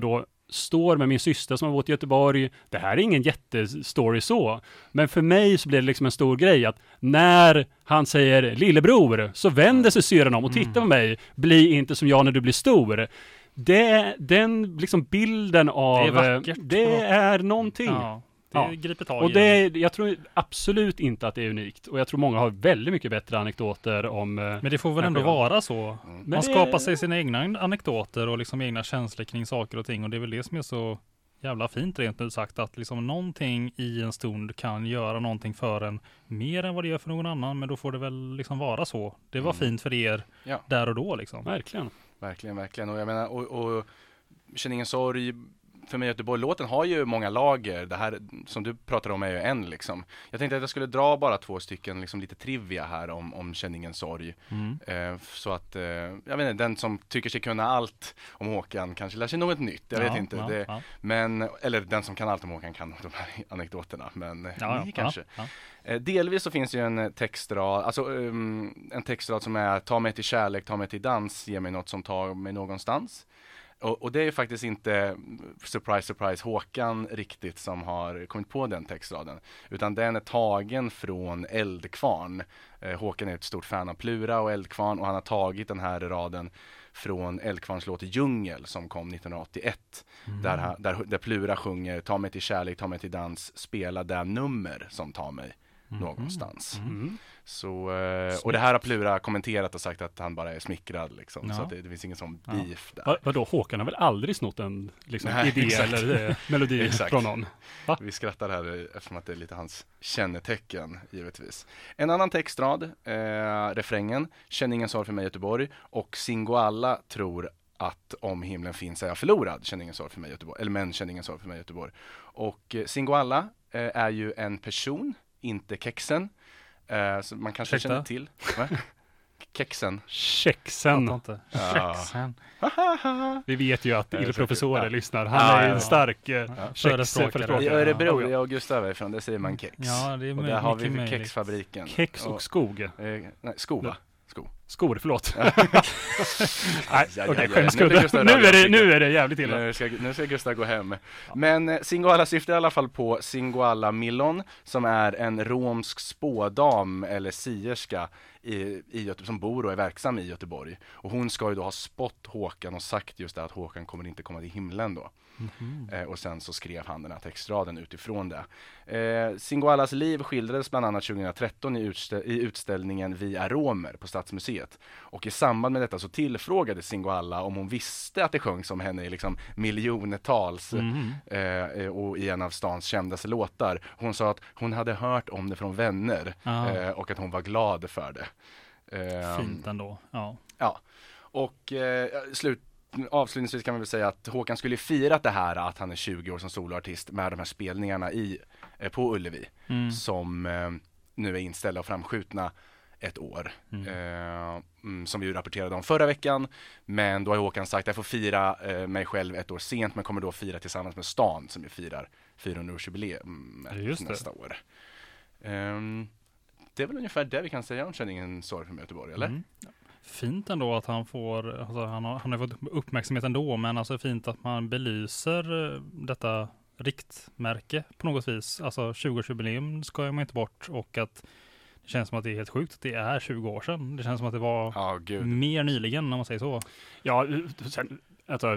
står med min syster som har bott i Göteborg. Det här är ingen jättestory så. Men för mig så blir det liksom en stor grej att när han säger lillebror så vänder sig syrran om och tittar på mig. Bli inte som jag när du blir stor. Det, den liksom bilden av...
Det är vackert.
Det är någonting.
Ja. Det
Ja.
griper tag
Och
i
det, jag tror absolut inte att det är unikt. Och jag tror många har väldigt mycket bättre anekdoter om...
Men det får väl ändå vara så. Man
det...
skapar sig sina egna anekdoter och liksom egna känslor kring saker och ting. Och det är väl det som är så jävla fint rent ut sagt. Att liksom någonting i en stund kan göra någonting för en mer än vad det gör för någon annan. Men då får det väl liksom vara så. Det var mm. fint för er
ja.
där och då liksom.
Verkligen.
Verkligen, verkligen. Och jag menar, och, och Känn ingen sorg... För mig Göteborg-låten har ju många lager. Det här som du pratar om är ju en liksom. Jag tänkte att jag skulle dra bara två stycken liksom lite trivia här om, om Känn ingen sorg. Mm. Eh, så att, eh, jag vet inte, den som tycker sig kunna allt om Håkan kanske lär sig något nytt. Jag ja, vet inte. Ja, det, ja. Men, eller den som kan allt om Håkan kan de här anekdoterna. Men ja, ni ja, kanske. Ja, ja. Eh, delvis så finns det ju en textrad, alltså um, en textrad som är ta mig till kärlek, ta mig till dans, ge mig något som tar mig någonstans. Och, och det är ju faktiskt inte, surprise, surprise, Håkan riktigt som har kommit på den textraden. Utan den är tagen från Eldkvarn. Eh, Håkan är ett stort fan av Plura och Eldkvarn och han har tagit den här raden från Eldkvarns låt Djungel som kom nittonhundraåttioett. Mm. Där, där, där Plura sjunger ta mig till kärlek, ta mig till dans, spela det nummer som tar mig mm. någonstans. Mm. Så, eh, och det här har Plura kommenterat och sagt att han bara är smickrad liksom, ja. Så att det, det finns ingen sån ja. beef där.
Va, vadå, Håkan har väl aldrig snott en liksom, Nej, idé exakt. eller eh, melodi från någon? Va?
Vi skrattar här eftersom att det är lite hans kännetecken, givetvis. En annan textrad, eh, refrängen, Känn ingen sorg för mig Göteborg, och Singoalla tror att om himlen finns är jag förlorad, Känn ingen sorg för mig Göteborg, eller men Känn ingen sorg för mig Göteborg. Och eh, Singoalla eh, är ju en person, inte kexen. Uh, så man kanske
Ursäkta?
känner till. Va? Kexen.
Kexen.
Kexen.
Vi vet ju att illprofessorer ja. lyssnar. Han ja, är en ja. stark uh, ja.
kexförespråkare. I Örebro, jag och Gustav är ifrån, där säger man kex.
Ja, det är
och där har vi
möjligt.
kexfabriken.
Kex och, och skog. Eh,
nej, skova. Sko.
Skor, förlåt. Nej, okej, okay, skämskudde. Nu, nu, är det, nu är det jävligt illa.
Nu ska, nu ska Gustav gå hem. Ja. Men eh, Singoalla syftar i alla fall på Singoalla Millon, som är en romsk spådam eller sierska i, i Göteborg, som bor och är verksam i Göteborg. Och hon ska ju då ha spott Håkan och sagt just det att Håkan kommer inte komma till himlen då. Mm-hmm. Eh, och sen så skrev han den här textraden utifrån det. Eh, Singoallas liv skildrades bland annat tjugohundratretton i, utstä- i utställningen Vi är romer på Stadsmuseet. Och i samband med detta så tillfrågade Singoalla om hon visste att det sjöngs om henne i liksom miljonetals mm-hmm. eh, och i en av stans kändaste låtar. Hon sa att hon hade hört om det från vänner eh, och att hon var glad för det. Eh,
Fint ändå. Ja.
Ja. Och eh, slut avslutningsvis kan man väl säga att Håkan skulle firat det här att han är tjugo år som soloartist med de här spelningarna i, eh, på Ullevi mm. som eh, nu är inställda och framskjutna ett år. Mm. Eh, mm, som vi rapporterade om förra veckan. Men då har Håkan sagt att jag får fira eh, mig själv ett år sent, men kommer då fira tillsammans med stan som vi firar fyrahundra-årsjubileum nästa år. Eh, det är väl ungefär det vi kan säga om Känn ingen sorg för Göteborg, eller? Mm.
Fint ändå att han får, alltså han har, han har fått uppmärksamhet ändå, men alltså fint att man belyser detta riktmärke på något vis. Alltså tjugo-årsjubileum ska man inte bort, och att det känns som att det är helt sjukt att det är tjugo år sedan. Det känns som att det var oh, mer nyligen, om man säger så.
Ja, sen, alltså,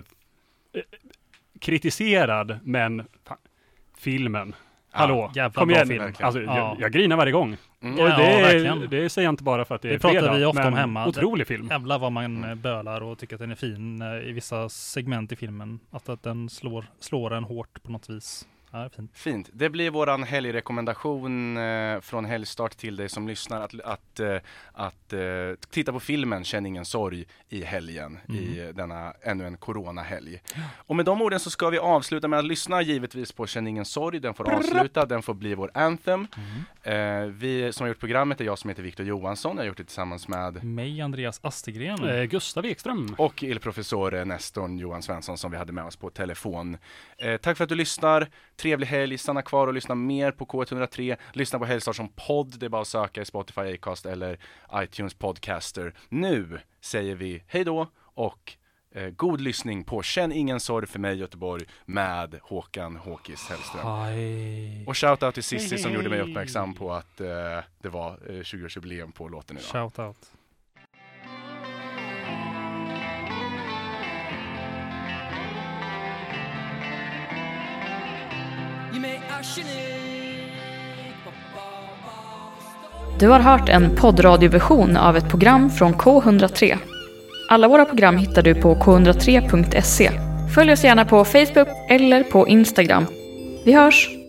kritiserad, men fan, filmen. Hallå,
ja,
kom igen.
Film.
Alltså,
ja.
jag, jag grinar varje gång.
Mm.
Och
ja,
det,
ja,
det säger jag inte bara för att det, det är
pratar
fredag,
vi ofta
men
om hemma.
Otrolig film.
Jävlar vad man mm. bölar och tycker att den är fin i vissa segment i filmen. Att, att den slår, slår en hårt på något vis. Ja, fint.
Fint. Det blir våran helgrekommendation eh, från Helgstart till dig som lyssnar att, att, eh, att eh, titta på filmen Känn ingen sorg i helgen mm. i denna ännu en coronahelg. Och med de orden så ska vi avsluta med att lyssna givetvis på Känn ingen sorg. Den får avsluta, den får bli vår anthem. Mm. Eh, vi som har gjort programmet är jag som heter Victor Johansson. Jag har gjort det tillsammans med
mig, Andreas Astegren.
Eh, Gustav Ekström.
Och illprofessor Nestor Johan Svensson som vi hade med oss på telefon. Eh, tack för att du lyssnar. Trevlig helg, stanna kvar och lyssna mer på K etthundratre. Lyssna på Helgstart som podd, det är bara att söka i Spotify, Acast eller iTunes Podcaster. Nu säger vi hej då och eh, god lyssning på Känn ingen sorg för mig Göteborg med Håkan Håkis Hellström.
Aj.
Och shoutout till Sissi
Hej,
som
hej.
gjorde mig uppmärksam på att eh, det var eh, tjugo-årsjubileum på låten idag.
Shout out.
Du har hört en poddradioversion av ett program från K one oh three. Alla våra program hittar du på k one oh three punkt se. Följ oss gärna på Facebook eller på Instagram. Vi hörs!